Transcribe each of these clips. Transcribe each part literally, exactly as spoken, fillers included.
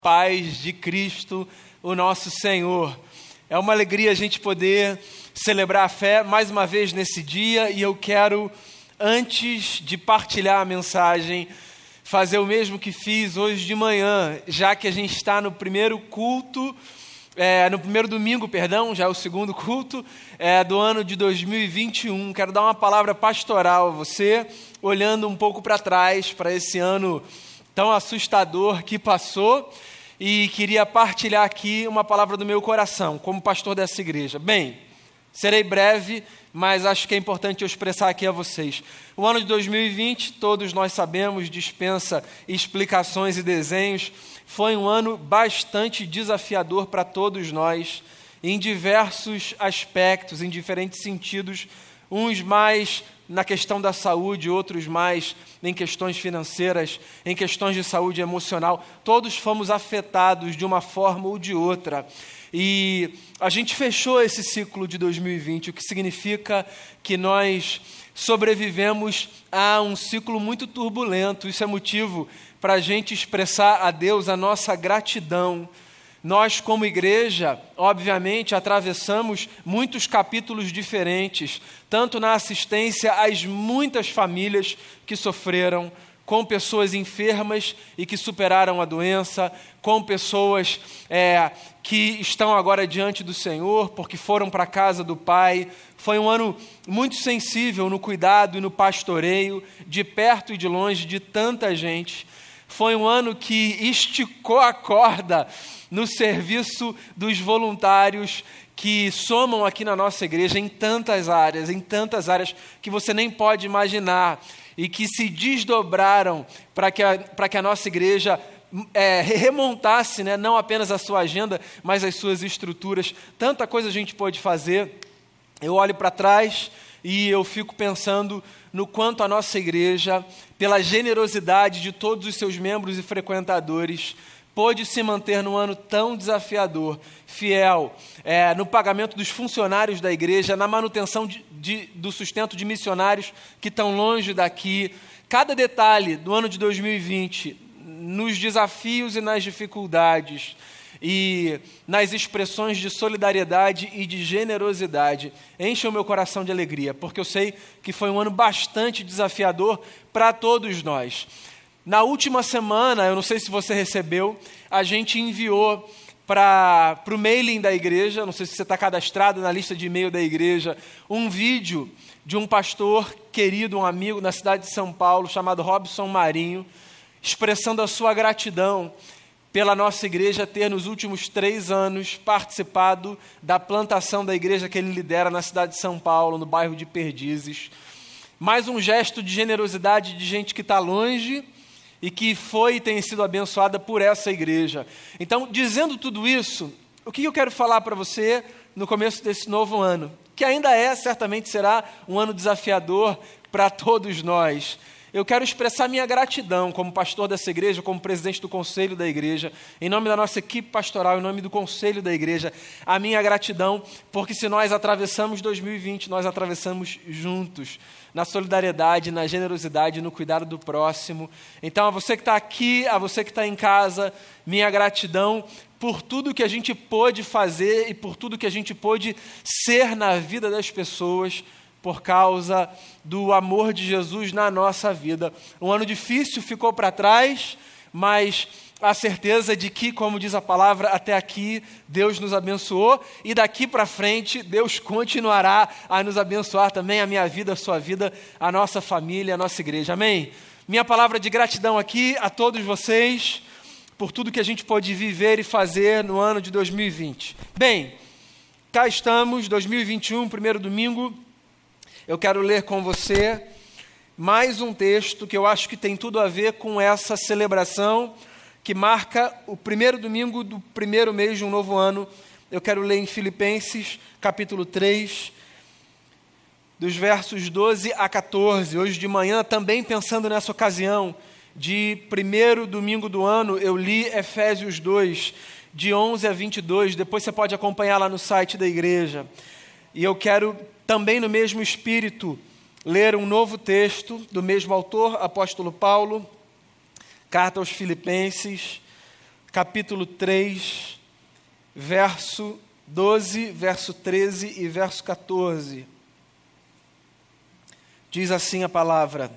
Paz de Cristo, o nosso Senhor. É uma alegria a gente poder celebrar a fé mais uma vez nesse dia, e eu quero, antes de partilhar a mensagem, fazer o mesmo que fiz hoje de manhã, já que a gente está no primeiro culto, é, no primeiro domingo, perdão, já é o segundo culto é, do ano de dois mil e vinte e um. Quero dar uma palavra pastoral a você, olhando um pouco para trás, para esse ano tão assustador que passou, e queria partilhar aqui uma palavra do meu coração, como pastor dessa igreja. Bem, serei breve, mas acho que é importante eu expressar aqui a vocês. O ano de dois mil e vinte, todos nós sabemos, dispensa explicações e desenhos, foi um ano bastante desafiador para todos nós, em diversos aspectos, em diferentes sentidos, uns mais na questão da saúde, outros mais em questões financeiras, em questões de saúde emocional. Todos fomos afetados de uma forma ou de outra. E a gente fechou esse ciclo de dois mil e vinte, o que significa que nós sobrevivemos a um ciclo muito turbulento. Isso é motivo para a gente expressar a Deus a nossa gratidão. Nós, como igreja, obviamente, atravessamos muitos capítulos diferentes, tanto na assistência às muitas famílias que sofreram, com pessoas enfermas e que superaram a doença, com pessoas é, que estão agora diante do Senhor, porque foram para a casa do Pai. Foi um ano muito sensível no cuidado e no pastoreio, de perto e de longe, de tanta gente. Foi um ano que esticou a corda no serviço dos voluntários que somam aqui na nossa igreja em tantas áreas, em tantas áreas que você nem pode imaginar, e que se desdobraram para que a, para que a nossa igreja é, remontasse, né, não apenas a sua agenda, mas as suas estruturas. Tanta coisa a gente pode fazer. Eu olho para trás e eu fico pensando no quanto a nossa igreja, pela generosidade de todos os seus membros e frequentadores, pôde se manter num ano tão desafiador, fiel, é, no pagamento dos funcionários da igreja, na manutenção de, de, do sustento de missionários que estão longe daqui. Cada detalhe do ano de dois mil e vinte, nos desafios e nas dificuldades, e nas expressões de solidariedade e de generosidade, enche o meu coração de alegria, porque eu sei que foi um ano bastante desafiador para todos nós. Na última semana, eu não sei se você recebeu, a gente enviou para o mailing da igreja, não sei se você está cadastrado na lista de e-mail da igreja, um vídeo de um pastor querido, um amigo na cidade de São Paulo, chamado Robson Marinho, expressando a sua gratidão pela nossa igreja ter, nos últimos três anos, participado da plantação da igreja que ele lidera na cidade de São Paulo, no bairro de Perdizes. Mais um gesto de generosidade de gente que está longe e que foi e tem sido abençoada por essa igreja. Então, dizendo tudo isso, o que eu quero falar para você no começo desse novo ano? Que ainda é, certamente será, um ano desafiador para todos nós. Eu quero expressar minha gratidão como pastor dessa igreja, como presidente do conselho da igreja, em nome da nossa equipe pastoral, em nome do conselho da igreja, a minha gratidão, porque se nós atravessamos dois mil e vinte, nós atravessamos juntos, na solidariedade, na generosidade, no cuidado do próximo. Então, a você que está aqui, a você que está em casa, minha gratidão por tudo que a gente pôde fazer e por tudo que a gente pôde ser na vida das pessoas, por causa do amor de Jesus na nossa vida. Um ano difícil ficou para trás, mas a certeza de que, como diz a palavra, até aqui Deus nos abençoou, e daqui para frente Deus continuará a nos abençoar também, a minha vida, a sua vida, a nossa família, a nossa igreja. Amém? Minha palavra de gratidão aqui a todos vocês, por tudo que a gente pôde viver e fazer no ano de dois mil e vinte. Bem, cá estamos, dois mil e vinte e um, primeiro domingo. Eu quero ler com você mais um texto que eu acho que tem tudo a ver com essa celebração que marca o primeiro domingo do primeiro mês de um novo ano. Eu quero ler em Filipenses, capítulo três, dos versos doze a quatorze. Hoje de manhã, também pensando nessa ocasião de primeiro domingo do ano, eu li Efésios dois, de onze a vinte e dois. Depois você pode acompanhar lá no site da igreja. E eu quero também, no mesmo espírito, ler um novo texto do mesmo autor, apóstolo Paulo, carta aos Filipenses, capítulo três, verso doze, verso treze e verso quatorze. Diz assim a palavra: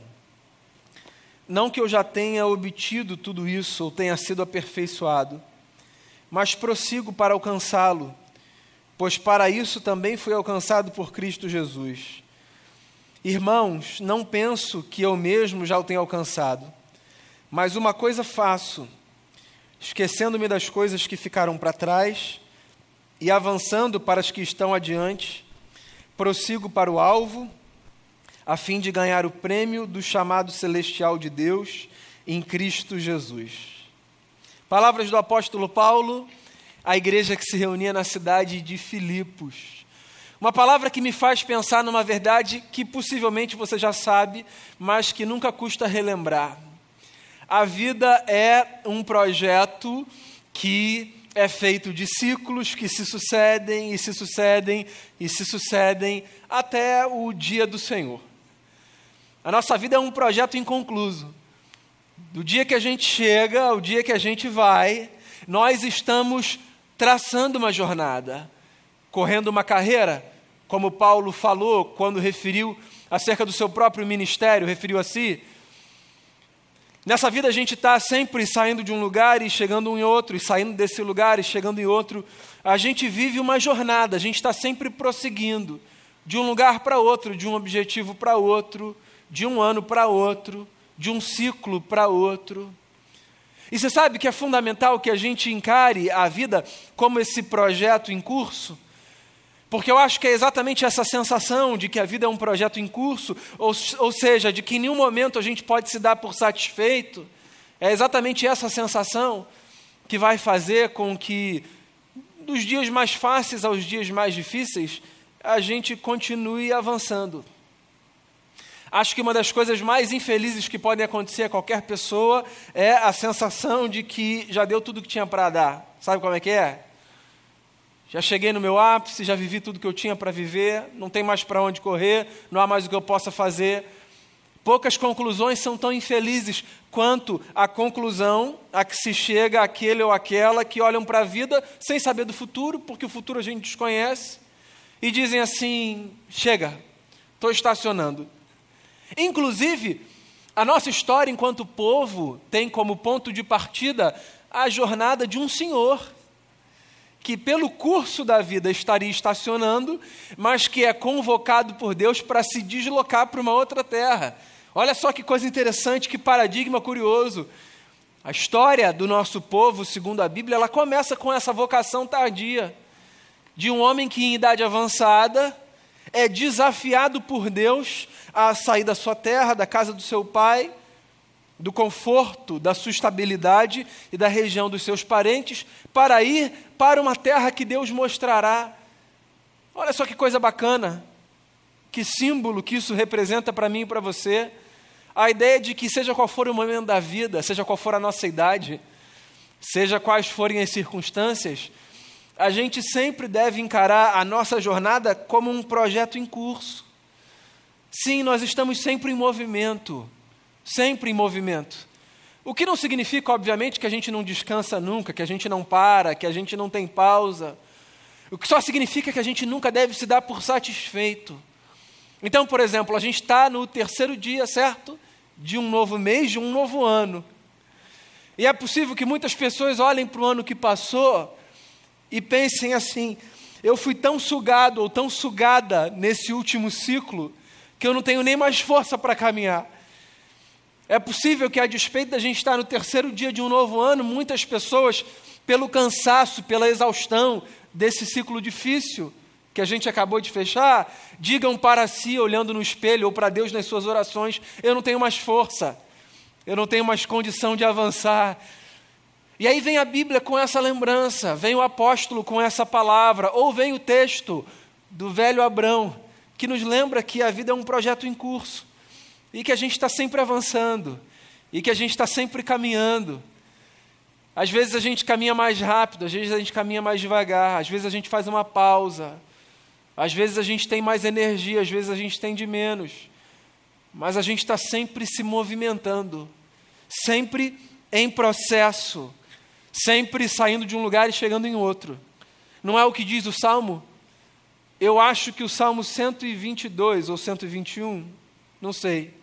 não que eu já tenha obtido tudo isso ou tenha sido aperfeiçoado, mas prossigo para alcançá-lo, pois para isso também fui alcançado por Cristo Jesus. Irmãos, não penso que eu mesmo já o tenha alcançado, mas uma coisa faço, esquecendo-me das coisas que ficaram para trás e avançando para as que estão adiante, prossigo para o alvo, a fim de ganhar o prêmio do chamado celestial de Deus em Cristo Jesus. Palavras do apóstolo Paulo à igreja que se reunia na cidade de Filipos. Uma palavra que me faz pensar numa verdade que possivelmente você já sabe, mas que nunca custa relembrar. A vida é um projeto que é feito de ciclos que se sucedem e se sucedem e se sucedem até o dia do Senhor. A nossa vida é um projeto inconcluso. Do dia que a gente chega ao dia que a gente vai, nós estamos traçando uma jornada, correndo uma carreira, como Paulo falou quando referiu acerca do seu próprio ministério, referiu a si. Nessa vida a gente está sempre saindo de um lugar e chegando em outro, e saindo desse lugar e chegando em outro. A gente vive uma jornada, a gente está sempre prosseguindo, de um lugar para outro, de um objetivo para outro, de um ano para outro, de um ciclo para outro. E você sabe que é fundamental que a gente encare a vida como esse projeto em curso? Porque eu acho que é exatamente essa sensação de que a vida é um projeto em curso, ou, ou seja, de que em nenhum momento a gente pode se dar por satisfeito, é exatamente essa sensação que vai fazer com que, dos dias mais fáceis aos dias mais difíceis, a gente continue avançando. Acho que uma das coisas mais infelizes que podem acontecer a qualquer pessoa é a sensação de que já deu tudo que tinha para dar. Sabe como é que é? Já cheguei no meu ápice, já vivi tudo que eu tinha para viver, não tem mais para onde correr, não há mais o que eu possa fazer. Poucas conclusões são tão infelizes quanto a conclusão a que se chega aquele ou aquela que olham para a vida sem saber do futuro, porque o futuro a gente desconhece, e dizem assim: chega, estou estacionando. Inclusive, a nossa história enquanto povo tem como ponto de partida a jornada de um senhor, que pelo curso da vida estaria estacionando, mas que é convocado por Deus para se deslocar para uma outra terra. Olha só que coisa interessante, que paradigma curioso. A história do nosso povo, segundo a Bíblia, ela começa com essa vocação tardia, de um homem que em idade avançada é desafiado por Deus a sair da sua terra, da casa do seu pai, do conforto, da sua estabilidade e da região dos seus parentes, para ir para uma terra que Deus mostrará. Olha só que coisa bacana, que símbolo que isso representa para mim e para você. A ideia de que seja qual for o momento da vida, seja qual for a nossa idade, seja quais forem as circunstâncias, a gente sempre deve encarar a nossa jornada como um projeto em curso. Sim, nós estamos sempre em movimento, sempre em movimento. O que não significa, obviamente, que a gente não descansa nunca, que a gente não para, que a gente não tem pausa. O que só significa que a gente nunca deve se dar por satisfeito. Então, por exemplo, a gente está no terceiro dia, certo? De um novo mês, de um novo ano. E é possível que muitas pessoas olhem para o ano que passou e pensem assim: eu fui tão sugado ou tão sugada nesse último ciclo que eu não tenho nem mais força para caminhar. É possível que, a despeito da gente estar no terceiro dia de um novo ano, muitas pessoas, pelo cansaço, pela exaustão desse ciclo difícil que a gente acabou de fechar, digam para si, olhando no espelho, ou para Deus nas suas orações: eu não tenho mais força, eu não tenho mais condição de avançar. E aí vem a Bíblia com essa lembrança, vem o apóstolo com essa palavra, ou vem o texto do velho Abrão, que nos lembra que a vida é um projeto em curso, e que a gente está sempre avançando, e que a gente está sempre caminhando. Às vezes a gente caminha mais rápido, às vezes a gente caminha mais devagar, às vezes a gente faz uma pausa, às vezes a gente tem mais energia, às vezes a gente tem de menos, mas a gente está sempre se movimentando, sempre em processo, sempre saindo de um lugar e chegando em outro. Não é o que diz o Salmo? Eu acho que o Salmo cento e vinte e dois ou cento e vinte e um, não sei.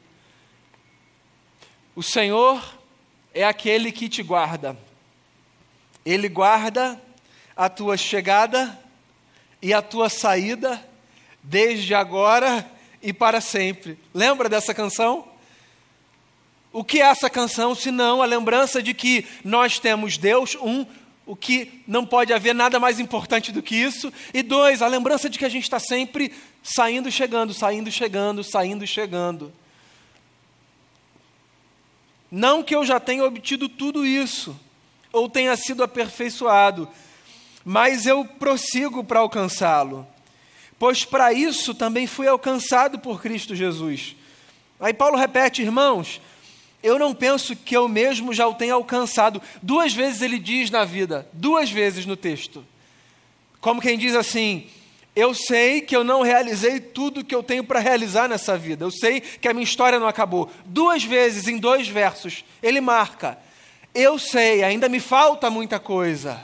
O Senhor é aquele que te guarda. Ele guarda a tua chegada e a tua saída, desde agora e para sempre. Lembra dessa canção? O que é essa canção, senão a lembrança de que nós temos Deus, um, o que não pode haver nada mais importante do que isso, e dois, a lembrança de que a gente está sempre saindo e chegando, saindo e chegando, saindo e chegando. Não que eu já tenha obtido tudo isso, ou tenha sido aperfeiçoado, mas eu prossigo para alcançá-lo, pois para isso também fui alcançado por Cristo Jesus. Aí Paulo repete, irmãos, eu não penso que eu mesmo já o tenha alcançado. Duas vezes ele diz na vida, duas vezes no texto. Como quem diz assim, eu sei que eu não realizei tudo que eu tenho para realizar nessa vida. Eu sei que a minha história não acabou. Duas vezes, em dois versos, ele marca, eu sei, ainda me falta muita coisa.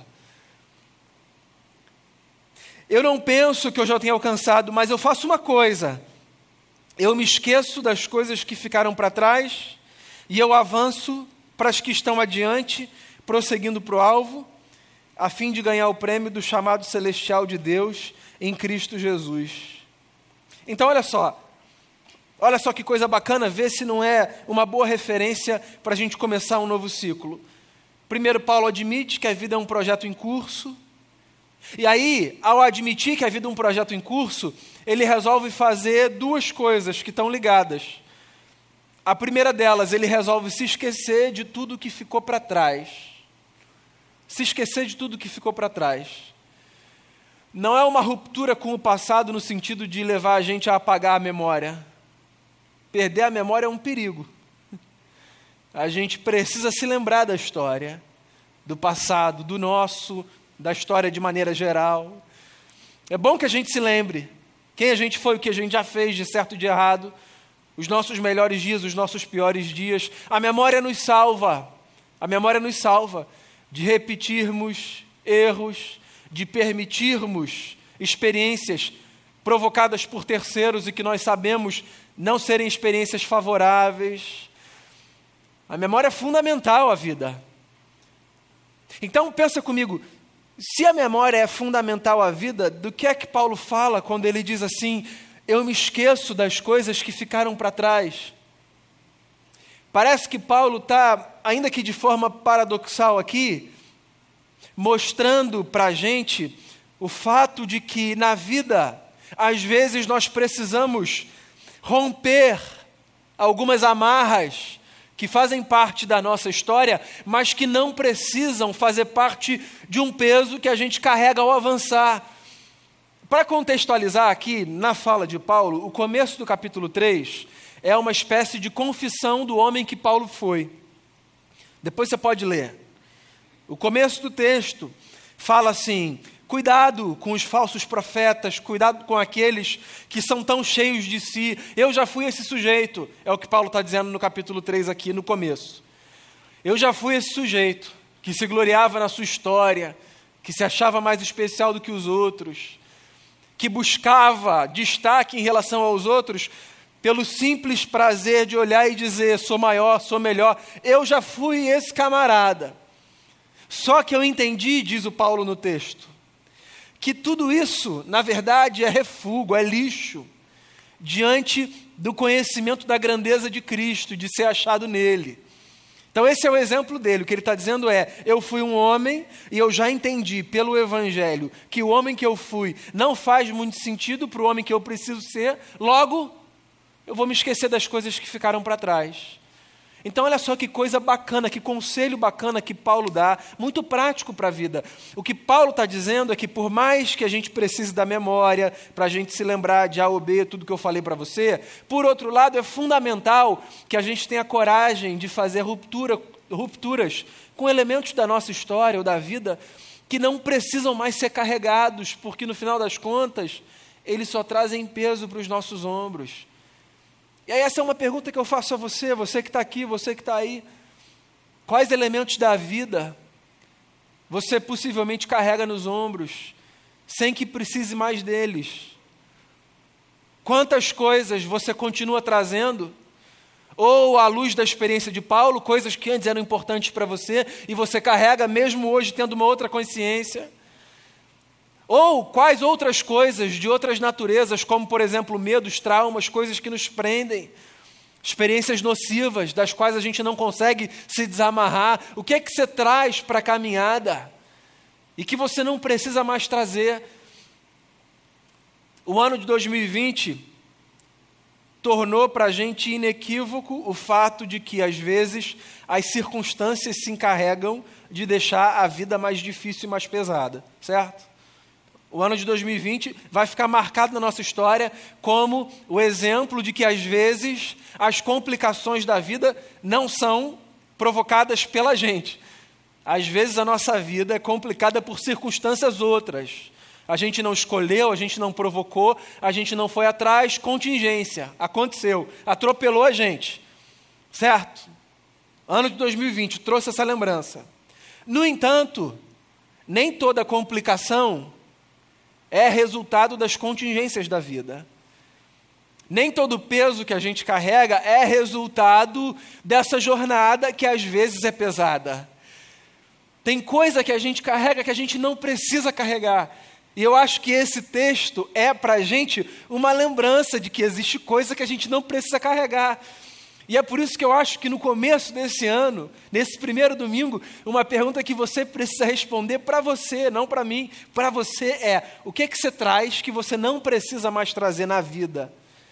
Eu não penso que eu já tenha alcançado, mas eu faço uma coisa. Eu me esqueço das coisas que ficaram para trás e eu avanço para as que estão adiante, prosseguindo para o alvo, a fim de ganhar o prêmio do chamado celestial de Deus em Cristo Jesus. Então, olha só. Olha só que coisa bacana, ver se não é uma boa referência para a gente começar um novo ciclo. Primeiro, Paulo admite que a vida é um projeto em curso. E aí, ao admitir que a vida é um projeto em curso, ele resolve fazer duas coisas que estão ligadas. A primeira delas, ele resolve se esquecer de tudo que ficou para trás. Se esquecer de tudo que ficou para trás. Não é uma ruptura com o passado no sentido de levar a gente a apagar a memória. Perder a memória é um perigo. A gente precisa se lembrar da história, do passado, do nosso, da história de maneira geral. É bom que a gente se lembre quem a gente foi, o que a gente já fez de certo e de errado, os nossos melhores dias, os nossos piores dias. A memória nos salva, a memória nos salva de repetirmos erros, de permitirmos experiências provocadas por terceiros e que nós sabemos não serem experiências favoráveis. A memória é fundamental à vida. Então, pensa comigo, se a memória é fundamental à vida, do que é que Paulo fala quando ele diz assim, eu me esqueço das coisas que ficaram para trás? Parece que Paulo está, ainda que de forma paradoxal aqui, mostrando para a gente o fato de que na vida, às vezes nós precisamos romper algumas amarras que fazem parte da nossa história, mas que não precisam fazer parte de um peso que a gente carrega ao avançar. Para contextualizar aqui, na fala de Paulo, o começo do capítulo três é uma espécie de confissão do homem que Paulo foi. Depois você pode ler. O começo do texto fala assim, cuidado com os falsos profetas, cuidado com aqueles que são tão cheios de si. Eu já fui esse sujeito, é o que Paulo está dizendo no capítulo três aqui, no começo. Eu já fui esse sujeito que se gloriava na sua história, que se achava mais especial do que os outros, que buscava destaque em relação aos outros pelo simples prazer de olhar e dizer, sou maior, sou melhor. Eu já fui esse camarada. Só que eu entendi, diz o Paulo no texto, que tudo isso, na verdade, é refúgio, é lixo, diante do conhecimento da grandeza de Cristo, de ser achado nele. Então esse é o exemplo dele, o que ele está dizendo é, eu fui um homem e eu já entendi pelo Evangelho que o homem que eu fui não faz muito sentido para o homem que eu preciso ser, logo eu vou me esquecer das coisas que ficaram para trás. Então olha só que coisa bacana, que conselho bacana que Paulo dá, muito prático para a vida. O que Paulo está dizendo é que por mais que a gente precise da memória, para a gente se lembrar de A ou B, tudo que eu falei para você, por outro lado é fundamental que a gente tenha coragem de fazer ruptura, rupturas com elementos da nossa história ou da vida que não precisam mais ser carregados, porque no final das contas, eles só trazem peso para os nossos ombros. E aí essa é uma pergunta que eu faço a você, você que está aqui, você que está aí. Quais elementos da vida você possivelmente carrega nos ombros, sem que precise mais deles? Quantas coisas você continua trazendo, ou à luz da experiência de Paulo, coisas que antes eram importantes para você, e você carrega mesmo hoje tendo uma outra consciência? Ou quais outras coisas de outras naturezas, como por exemplo medos, traumas, coisas que nos prendem, experiências nocivas, das quais a gente não consegue se desamarrar? O que é que você traz para a caminhada e que você não precisa mais trazer? O ano de dois mil e vinte tornou para a gente inequívoco o fato de que, às vezes, as circunstâncias se encarregam de deixar a vida mais difícil e mais pesada, certo? O ano de dois mil e vinte vai ficar marcado na nossa história como o exemplo de que, às vezes, as complicações da vida não são provocadas pela gente. Às vezes, a nossa vida é complicada por circunstâncias outras. A gente não escolheu, a gente não provocou, a gente não foi atrás, contingência, aconteceu, atropelou a gente, certo? Ano de dois mil e vinte trouxe essa lembrança. No entanto, nem toda complicação é resultado das contingências da vida. Nem todo o peso que a gente carrega é resultado dessa jornada que às vezes é pesada. Tem coisa que a gente carrega que a gente não precisa carregar. E eu acho que esse texto é para a gente uma lembrança de que existe coisa que a gente não precisa carregar. E é por isso que eu acho que no começo desse ano, nesse primeiro domingo, uma pergunta que você precisa responder para você, não para mim, para você é: o que é que você traz que você não precisa mais trazer na vida?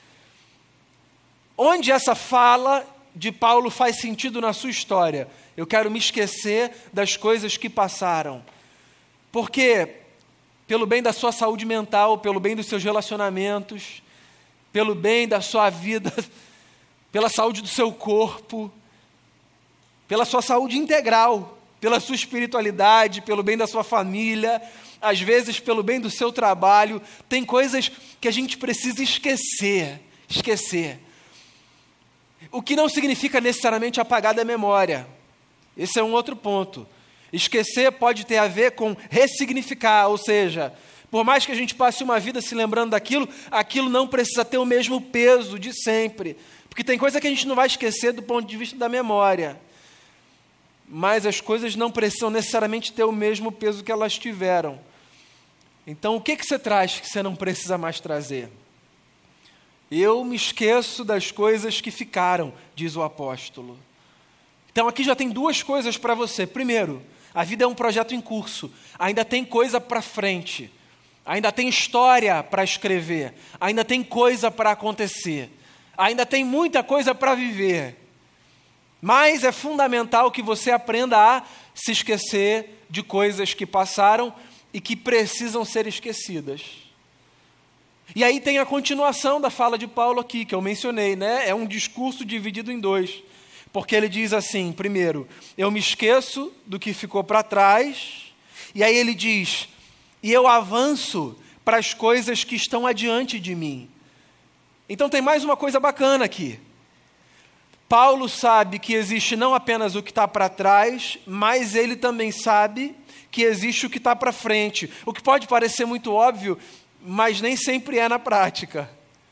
Onde essa fala de Paulo faz sentido na sua história? Eu quero me esquecer das coisas que passaram. Porque, pelo bem da sua saúde mental, pelo bem dos seus relacionamentos, pelo bem da sua vida, pela saúde do seu corpo, pela sua saúde integral, pela sua espiritualidade, pelo bem da sua família, às vezes pelo bem do seu trabalho, tem coisas que a gente precisa esquecer, esquecer. O que não significa necessariamente apagar da memória. Esse é um outro ponto. Esquecer pode ter a ver com ressignificar, ou seja, por mais que a gente passe uma vida se lembrando daquilo, aquilo não precisa ter o mesmo peso de sempre. Porque tem coisa que a gente não vai esquecer do ponto de vista da memória. Mas as coisas não precisam necessariamente ter o mesmo peso que elas tiveram. Então, o que, que você traz que você não precisa mais trazer? Eu me esqueço das coisas que ficaram, diz o apóstolo. Então, aqui já tem duas coisas para você. Primeiro, a vida é um projeto em curso. Ainda tem coisa para frente. Ainda tem história para escrever. Ainda tem coisa para acontecer. Ainda tem muita coisa para viver. Mas é fundamental que você aprenda a se esquecer de coisas que passaram e que precisam ser esquecidas. E aí tem a continuação da fala de Paulo aqui, que eu mencionei, né? É um discurso dividido em dois. Porque ele diz assim, primeiro, eu me esqueço do que ficou para trás. E aí ele diz, e eu avanço para as coisas que estão adiante de mim. Então tem mais uma coisa bacana aqui. Paulo sabe que existe não apenas o que está para trás, mas ele também sabe que existe o que está para frente. O que pode parecer muito óbvio, mas nem sempre é na prática.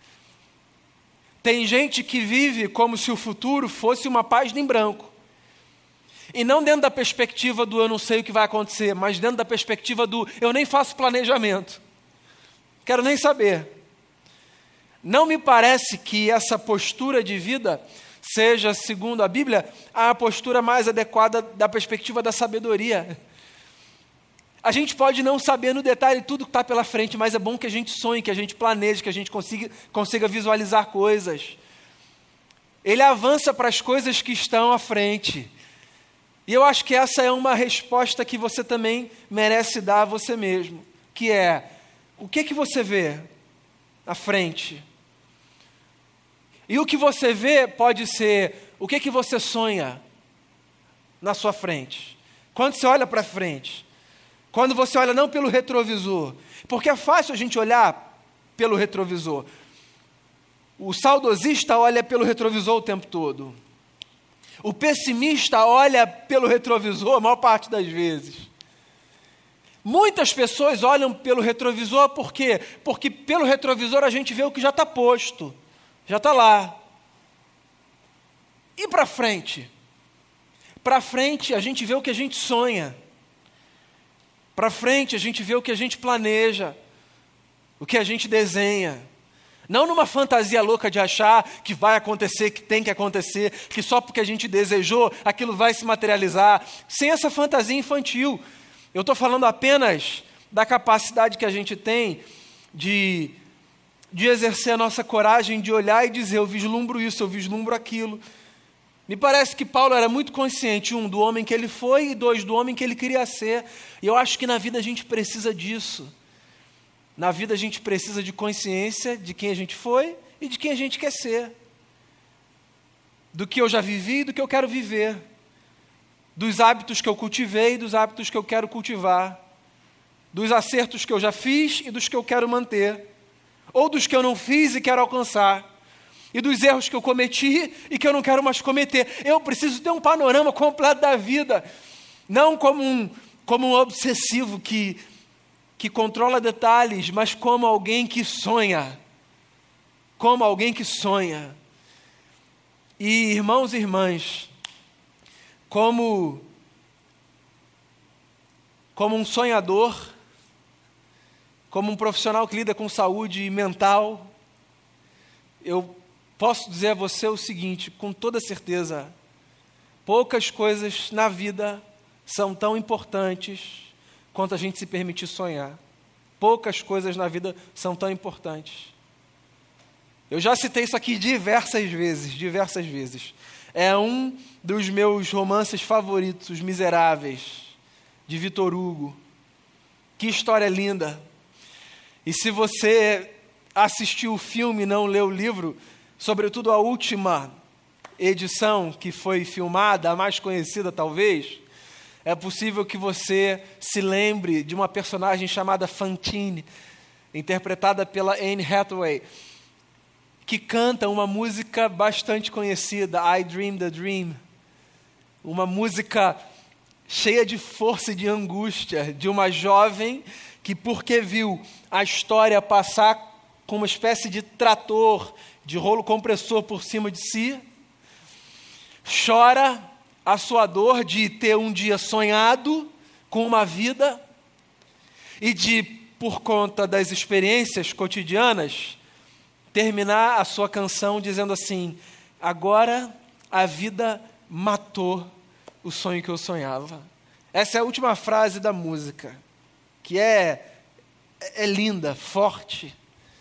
Tem gente que vive como se o futuro fosse uma página em branco. E não dentro da perspectiva do eu não sei o que vai acontecer, mas dentro da perspectiva do eu nem faço planejamento. Quero nem saber. Não me parece que essa postura de vida seja, segundo a Bíblia, a postura mais adequada da perspectiva da sabedoria. A gente pode não saber no detalhe tudo que está pela frente, mas é bom que a gente sonhe, que a gente planeje, que a gente consiga, consiga visualizar coisas. Ele avança para as coisas que estão à frente. E eu acho que essa é uma resposta que você também merece dar a você mesmo, que é, o que que você vê à frente? E o que você vê pode ser o que que você sonha na sua frente. Quando você olha para frente, quando você olha não pelo retrovisor, porque é fácil a gente olhar pelo retrovisor. O saudosista olha pelo retrovisor o tempo todo. O pessimista olha pelo retrovisor a maior parte das vezes. Muitas pessoas olham pelo retrovisor, por quê? Porque pelo retrovisor a gente vê o que já está posto, já está lá. E para frente? Para frente a gente vê o que a gente sonha. Para frente a gente vê o que a gente planeja, o que a gente desenha. Não numa fantasia louca de achar que vai acontecer, que tem que acontecer, que só porque a gente desejou, aquilo vai se materializar. Sem essa fantasia infantil. Eu estou falando apenas da capacidade que a gente tem de, de exercer a nossa coragem, de olhar e dizer, eu vislumbro isso, eu vislumbro aquilo. Me parece que Paulo era muito consciente, um, do homem que ele foi, e dois, do homem que ele queria ser. E eu acho que na vida a gente precisa disso. Na vida a gente precisa de consciência de quem a gente foi e de quem a gente quer ser. Do que eu já vivi e do que eu quero viver. Dos hábitos que eu cultivei e dos hábitos que eu quero cultivar. Dos acertos que eu já fiz e dos que eu quero manter. Ou dos que eu não fiz e quero alcançar. E dos erros que eu cometi e que eu não quero mais cometer. Eu preciso ter um panorama completo da vida. Não como um, como um obsessivo que, que controla detalhes, mas como alguém que sonha. Como alguém que sonha. E irmãos e irmãs, como, como um sonhador, como um profissional que lida com saúde mental, eu posso dizer a você o seguinte, com toda certeza, poucas coisas na vida são tão importantes quanto a gente se permitir sonhar. Poucas coisas na vida são tão importantes. Eu já citei isso aqui diversas vezes, diversas vezes. É um dos meus romances favoritos, Os Miseráveis, de Victor Hugo. Que história linda. E se você assistiu o filme e não leu o livro, sobretudo a última edição que foi filmada, a mais conhecida talvez, é possível que você se lembre de uma personagem chamada Fantine, interpretada pela Anne Hathaway, que canta uma música bastante conhecida, I Dream the Dream. Uma música cheia de força e de angústia, de uma jovem que, porque viu a história passar com uma espécie de trator, de rolo compressor por cima de si, chora a sua dor de ter um dia sonhado com uma vida e de, por conta das experiências cotidianas, terminar a sua canção dizendo assim, agora a vida matou o sonho que eu sonhava. Essa é a última frase da música, que é, é linda, forte.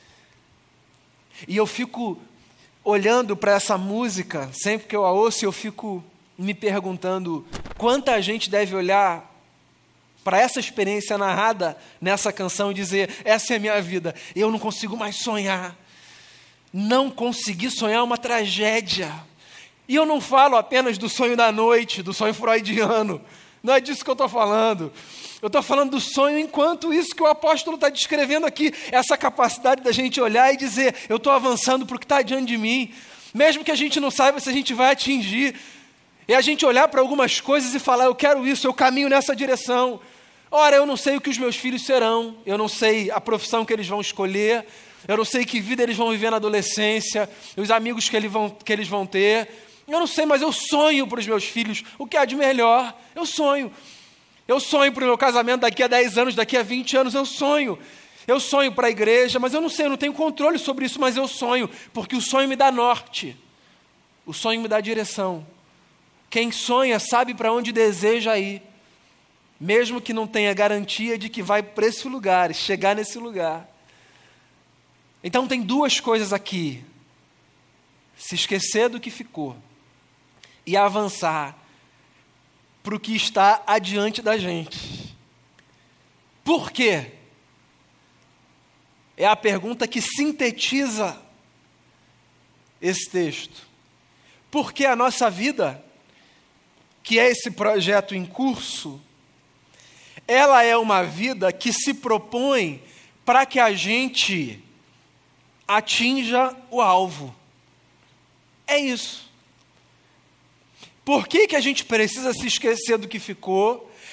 E eu fico olhando para essa música, sempre que eu a ouço, eu fico me perguntando quanta gente deve olhar para essa experiência narrada nessa canção e dizer, essa é a minha vida, eu não consigo mais sonhar. Não conseguir sonhar é uma tragédia. E eu não falo apenas do sonho da noite, do sonho freudiano. Não é disso que eu estou falando. Eu estou falando do sonho enquanto isso que o apóstolo está descrevendo aqui. Essa capacidade da gente olhar e dizer, eu estou avançando para o que está diante de mim. Mesmo que a gente não saiba se a gente vai atingir. E a gente olhar para algumas coisas e falar, eu quero isso, eu caminho nessa direção. Ora, eu não sei o que os meus filhos serão. Eu não sei a profissão que eles vão escolher. Eu não sei que vida eles vão viver na adolescência, os amigos que, ele vão, que eles vão ter. Eu não sei, mas eu sonho para os meus filhos o que há de melhor. Eu sonho. Eu sonho para o meu casamento daqui a dez anos, daqui a vinte anos, eu sonho. Eu sonho para a igreja, mas eu não sei, eu não tenho controle sobre isso, mas eu sonho, porque o sonho me dá norte. O sonho me dá direção. Quem sonha sabe para onde deseja ir, mesmo que não tenha garantia de que vai para esse lugar, chegar nesse lugar. Então tem duas coisas aqui, se esquecer do que ficou e avançar para o que está adiante da gente. Por quê? É a pergunta que sintetiza esse texto. Porque a nossa vida, que é esse projeto em curso, ela é uma vida que se propõe para que a gente atinja o alvo. É isso. Por que que a gente precisa se esquecer do que ficou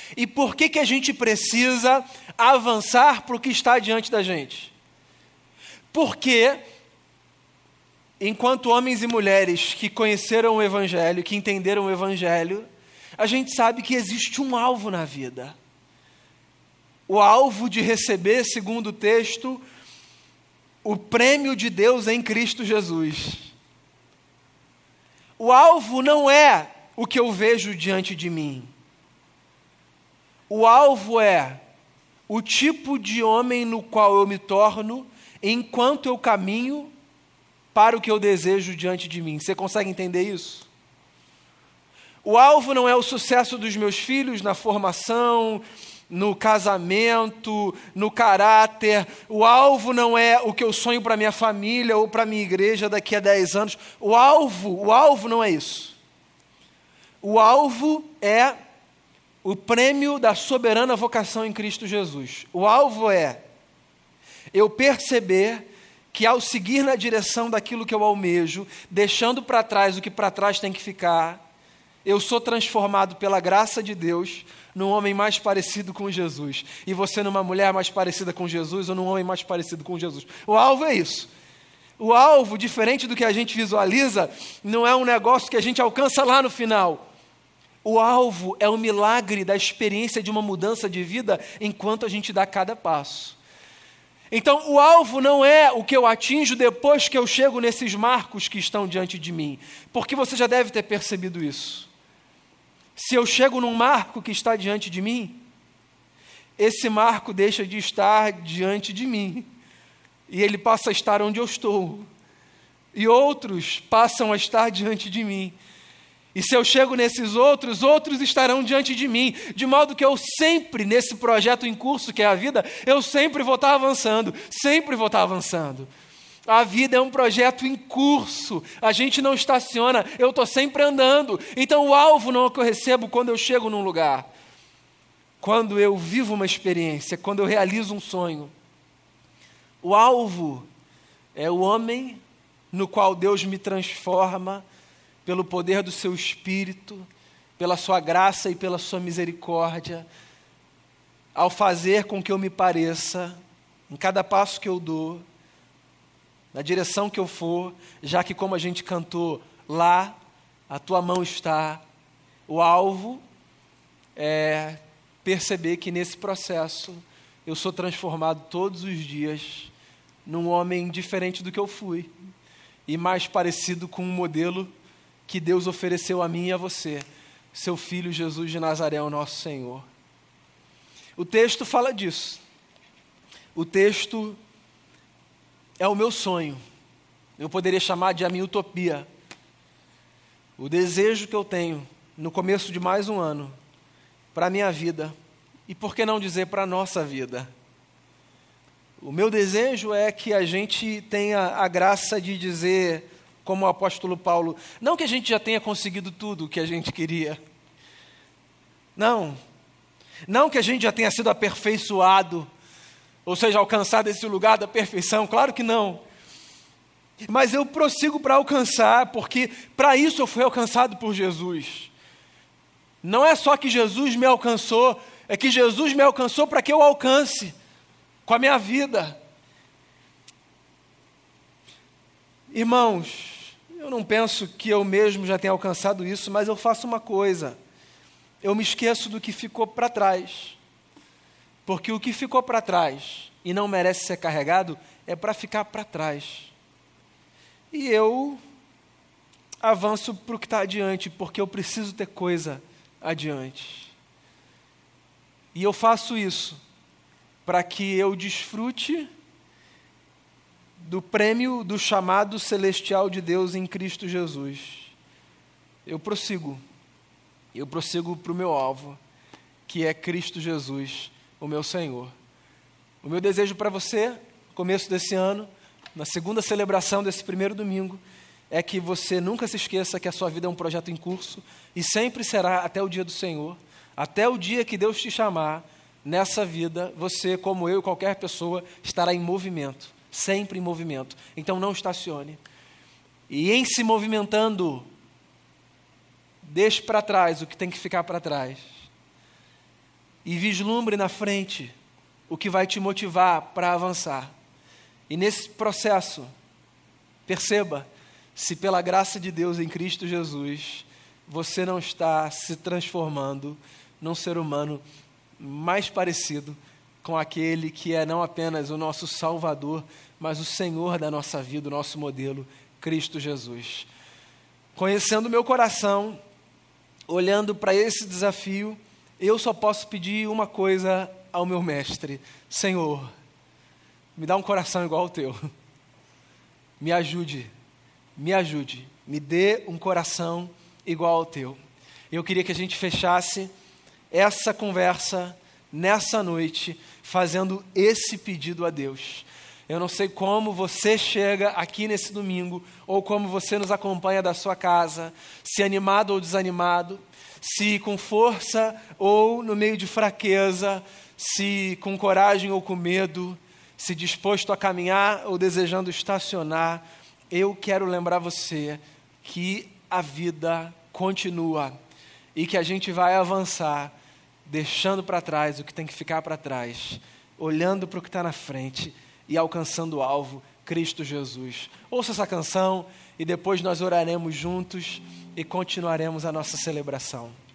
E por que que a gente precisa avançar para o que está diante da gente? Porque, enquanto homens e mulheres que conheceram o Evangelho, que entenderam o Evangelho, a gente sabe que existe um alvo na vida. O alvo de receber, segundo o texto, o prêmio de Deus em Cristo Jesus. O alvo não é o que eu vejo diante de mim. O alvo é o tipo de homem no qual eu me torno enquanto eu caminho para o que eu desejo diante de mim. Você consegue entender isso? O alvo não é o sucesso dos meus filhos na formação, no casamento, no caráter. O alvo não é o que eu sonho para minha família ou para minha igreja daqui a dez anos. O alvo, o alvo não é isso. O alvo é o prêmio da soberana vocação em Cristo Jesus. O alvo é eu perceber que ao seguir na direção daquilo que eu almejo, deixando para trás o que para trás tem que ficar, eu sou transformado pela graça de Deus num homem mais parecido com Jesus. E você numa mulher mais parecida com Jesus ou num homem mais parecido com Jesus. O alvo é isso. O alvo, diferente do que a gente visualiza, não é um negócio que a gente alcança lá no final. O alvo é o milagre da experiência de uma mudança de vida enquanto a gente dá cada passo. Então, o alvo não é o que eu atinjo depois que eu chego nesses marcos que estão diante de mim, porque você já deve ter percebido isso. Se eu chego num marco que está diante de mim, esse marco deixa de estar diante de mim, e ele passa a estar onde eu estou, e outros passam a estar diante de mim. E se eu chego nesses outros, outros estarão diante de mim, de modo que eu sempre, nesse projeto em curso que é a vida, eu sempre vou estar avançando, sempre vou estar avançando. A vida é um projeto em curso, a gente não estaciona, eu estou sempre andando. Então o alvo não é o que eu recebo quando eu chego num lugar, quando eu vivo uma experiência, quando eu realizo um sonho. O alvo é o homem no qual Deus me transforma, pelo poder do seu Espírito, pela sua graça e pela sua misericórdia, ao fazer com que eu me pareça, em cada passo que eu dou, na direção que eu for, já que como a gente cantou, lá a tua mão está. O alvo é perceber que nesse processo eu sou transformado todos os dias num homem diferente do que eu fui e mais parecido com um modelo que Deus ofereceu a mim e a você, seu Filho Jesus de Nazaré, o nosso Senhor. O texto fala disso. O texto é o meu sonho. Eu poderia chamar de a minha utopia. O desejo que eu tenho no começo de mais um ano para a minha vida e, por que não dizer, para a nossa vida. O meu desejo é que a gente tenha a graça de dizer, como o apóstolo Paulo, não que a gente já tenha conseguido tudo o que a gente queria. Não. Não que a gente já tenha sido aperfeiçoado, ou seja, alcançado esse lugar da perfeição. Claro que não. Mas eu prossigo para alcançar, porque para isso eu fui alcançado por Jesus. Não é só que Jesus me alcançou, é que Jesus me alcançou para que eu alcance com a minha vida. Irmãos, eu não penso que eu mesmo já tenha alcançado isso, mas eu faço uma coisa. Eu me esqueço do que ficou para trás. Porque o que ficou para trás e não merece ser carregado é para ficar para trás. E eu avanço para o que está adiante, porque eu preciso ter coisa adiante. E eu faço isso para que eu desfrute do prêmio do chamado celestial de Deus em Cristo Jesus. Eu prossigo, eu prossigo para o meu alvo, que é Cristo Jesus, o meu Senhor. O meu desejo para você, no começo desse ano, na segunda celebração desse primeiro domingo, é que você nunca se esqueça que a sua vida é um projeto em curso e sempre será até o dia do Senhor, até o dia que Deus te chamar. Nessa vida, você, como eu e qualquer pessoa, estará em movimento, sempre em movimento. Então não estacione. E em se movimentando, deixe para trás o que tem que ficar para trás. e vislumbre na frente o que vai te motivar para avançar. E nesse processo, perceba se pela graça de Deus em Cristo Jesus, você não está se transformando num ser humano mais parecido com aquele que é não apenas o nosso Salvador, mas o Senhor da nossa vida, o nosso modelo, Cristo Jesus. Conhecendo o meu coração, olhando para esse desafio, eu só posso pedir uma coisa ao meu mestre: Senhor, me dá um coração igual ao teu. Me ajude, me ajude, me dê um coração igual ao teu. Eu queria que a gente fechasse essa conversa nessa noite, fazendo esse pedido a Deus. Eu não sei como você chega aqui nesse domingo, ou como você nos acompanha da sua casa, se animado ou desanimado, se com força ou no meio de fraqueza, se com coragem ou com medo, se disposto a caminhar ou desejando estacionar. Eu quero lembrar você que a vida continua e que a gente vai avançar, deixando para trás o que tem que ficar para trás, olhando para o que está na frente e alcançando o alvo, Cristo Jesus. Ouça essa canção e depois nós oraremos juntos e continuaremos a nossa celebração.